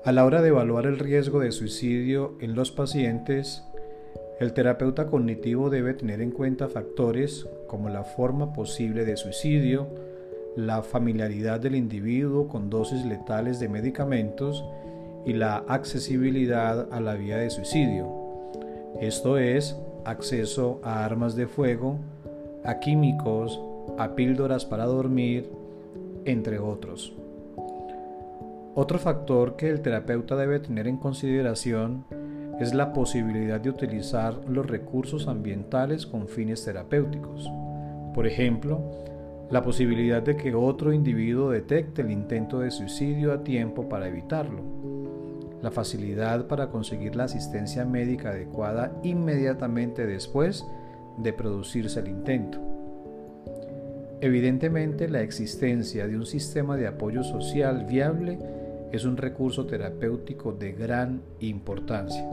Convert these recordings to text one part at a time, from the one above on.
A la hora de evaluar el riesgo de suicidio en los pacientes, el terapeuta cognitivo debe tener en cuenta factores como la forma posible de suicidio, la familiaridad del individuo con dosis letales de medicamentos y la accesibilidad a la vía de suicidio, esto es, acceso a armas de fuego, a químicos, a píldoras para dormir, entre otros. Otro factor que el terapeuta debe tener en consideración es la posibilidad de utilizar los recursos ambientales con fines terapéuticos. Por ejemplo, la posibilidad de que otro individuo detecte el intento de suicidio a tiempo para evitarlo. La facilidad para conseguir la asistencia médica adecuada inmediatamente después de producirse el intento. Evidentemente, la existencia de un sistema de apoyo social viable es un recurso terapéutico de gran importancia.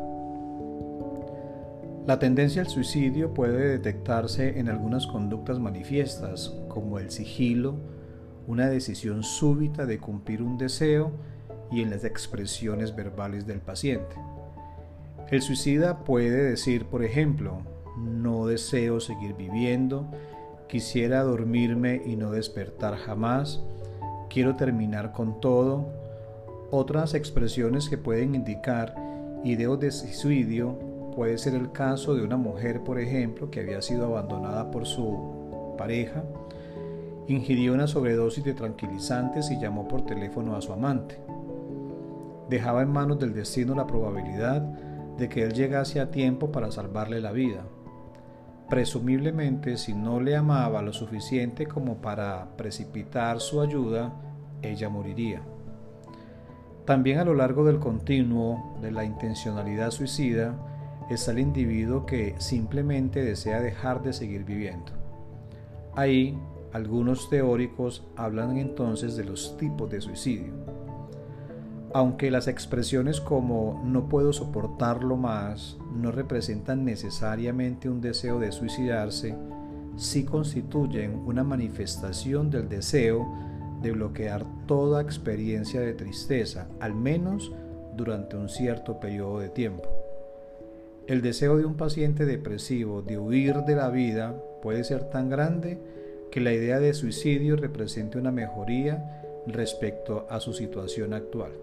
La tendencia al suicidio puede detectarse en algunas conductas manifiestas, como el sigilo, una decisión súbita de cumplir un deseo y en las expresiones verbales del paciente. El suicida puede decir, por ejemplo, no deseo seguir viviendo, quisiera dormirme y no despertar jamás, quiero terminar con todo. Otras expresiones que pueden indicar ideos de suicidio puede ser el caso de una mujer, por ejemplo, que había sido abandonada por su pareja, ingirió una sobredosis de tranquilizantes y llamó por teléfono a su amante. Dejaba en manos del destino la probabilidad de que él llegase a tiempo para salvarle la vida. Presumiblemente, si no le amaba lo suficiente como para precipitar su ayuda, ella moriría. También a lo largo del continuo de la intencionalidad suicida está el individuo que simplemente desea dejar de seguir viviendo. Ahí, algunos teóricos hablan entonces de los tipos de suicidio. Aunque las expresiones como no puedo soportarlo más no representan necesariamente un deseo de suicidarse, sí constituyen una manifestación del deseo de bloquear toda experiencia de tristeza, al menos durante un cierto periodo de tiempo. El deseo de un paciente depresivo de huir de la vida puede ser tan grande que la idea de suicidio represente una mejoría respecto a su situación actual.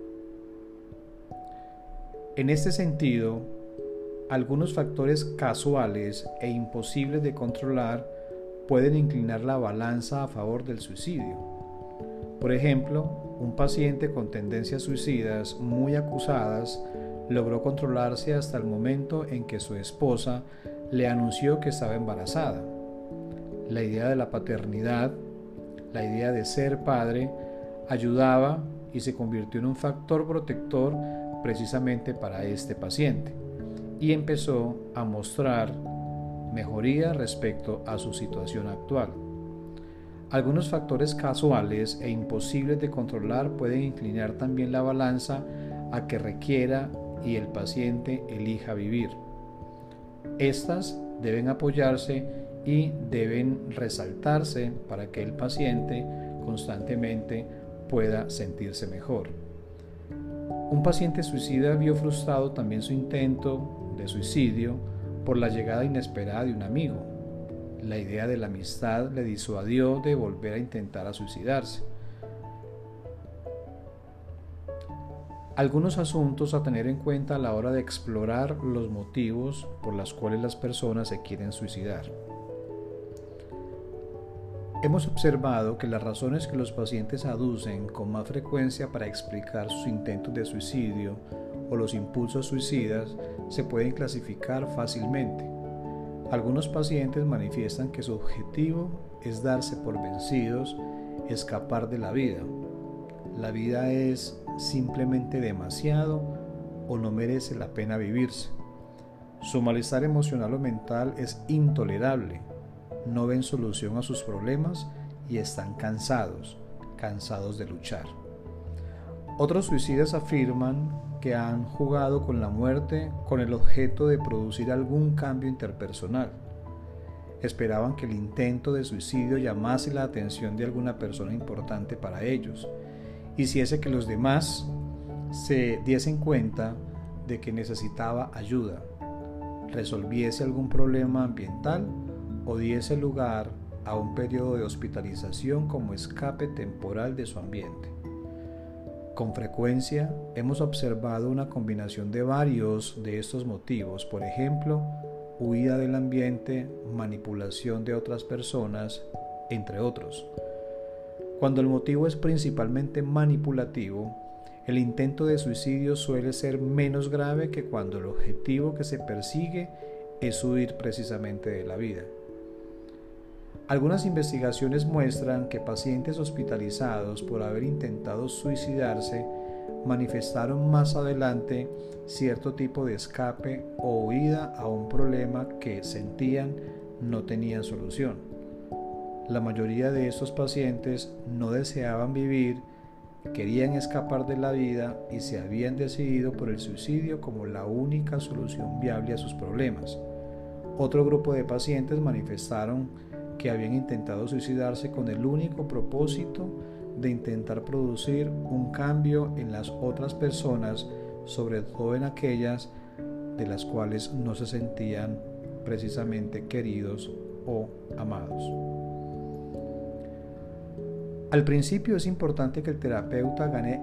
En este sentido, algunos factores casuales e imposibles de controlar pueden inclinar la balanza a favor del suicidio. Por ejemplo, un paciente con tendencias suicidas muy acusadas logró controlarse hasta el momento en que su esposa le anunció que estaba embarazada. La idea de la paternidad, la idea de ser padre, ayudaba y se convirtió en un factor protector precisamente para este paciente y empezó a mostrar mejoría respecto a su situación actual. Algunos factores casuales e imposibles de controlar pueden inclinar también la balanza a que requiera y el paciente elija vivir. Estas deben apoyarse y deben resaltarse para que el paciente constantemente pueda sentirse mejor. Un paciente suicida vio frustrado también su intento de suicidio por la llegada inesperada de un amigo. La idea de la amistad le disuadió de volver a intentar suicidarse. Algunos asuntos a tener en cuenta a la hora de explorar los motivos por los cuales las personas se quieren suicidar. Hemos observado que las razones que los pacientes aducen con más frecuencia para explicar sus intentos de suicidio o los impulsos suicidas se pueden clasificar fácilmente. Algunos pacientes manifiestan que su objetivo es darse por vencidos, escapar de la vida. La vida es simplemente demasiado o no merece la pena vivirse. Su malestar emocional o mental es intolerable. No ven solución a sus problemas y están cansados de luchar. Otros suicidas afirman que han jugado con la muerte con el objeto de producir algún cambio interpersonal. Esperaban que el intento de suicidio llamase la atención de alguna persona importante para ellos, hiciese que los demás se diese cuenta de que necesitaba ayuda, resolviese algún problema ambiental o diese lugar a un periodo de hospitalización como escape temporal de su ambiente. Con frecuencia hemos observado una combinación de varios de estos motivos, por ejemplo, huida del ambiente, manipulación de otras personas, entre otros. Cuando el motivo es principalmente manipulativo, el intento de suicidio suele ser menos grave que cuando el objetivo que se persigue es huir precisamente de la vida. Algunas investigaciones muestran que pacientes hospitalizados por haber intentado suicidarse manifestaron más adelante cierto tipo de escape o huida a un problema que sentían no tenía solución. La mayoría de estos pacientes no deseaban vivir, querían escapar de la vida y se habían decidido por el suicidio como la única solución viable a sus problemas. Otro grupo de pacientes manifestaron que habían intentado suicidarse con el único propósito de intentar producir un cambio en las otras personas, sobre todo en aquellas de las cuales no se sentían precisamente queridos o amados. Al principio es importante que el terapeuta gane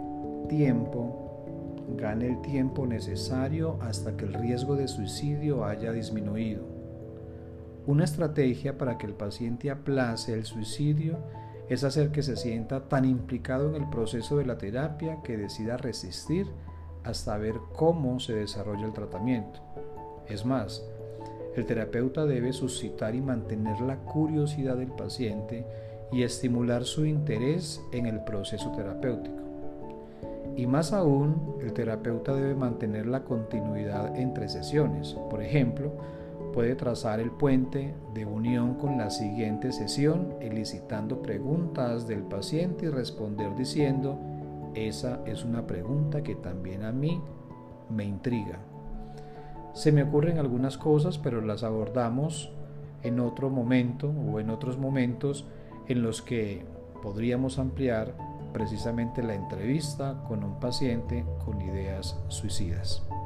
el tiempo necesario hasta que el riesgo de suicidio haya disminuido. Una estrategia para que el paciente aplace el suicidio es hacer que se sienta tan implicado en el proceso de la terapia que decida resistir hasta ver cómo se desarrolla el tratamiento. Es más, el terapeuta debe suscitar y mantener la curiosidad del paciente y estimular su interés en el proceso terapéutico. Y más aún, el terapeuta debe mantener la continuidad entre sesiones. Por ejemplo, puede trazar el puente de unión con la siguiente sesión, elicitando preguntas del paciente y responder diciendo: esa es una pregunta que también a mí me intriga. Se me ocurren algunas cosas, pero las abordamos en otro momento o en otros momentos en los que podríamos ampliar precisamente la entrevista con un paciente con ideas suicidas.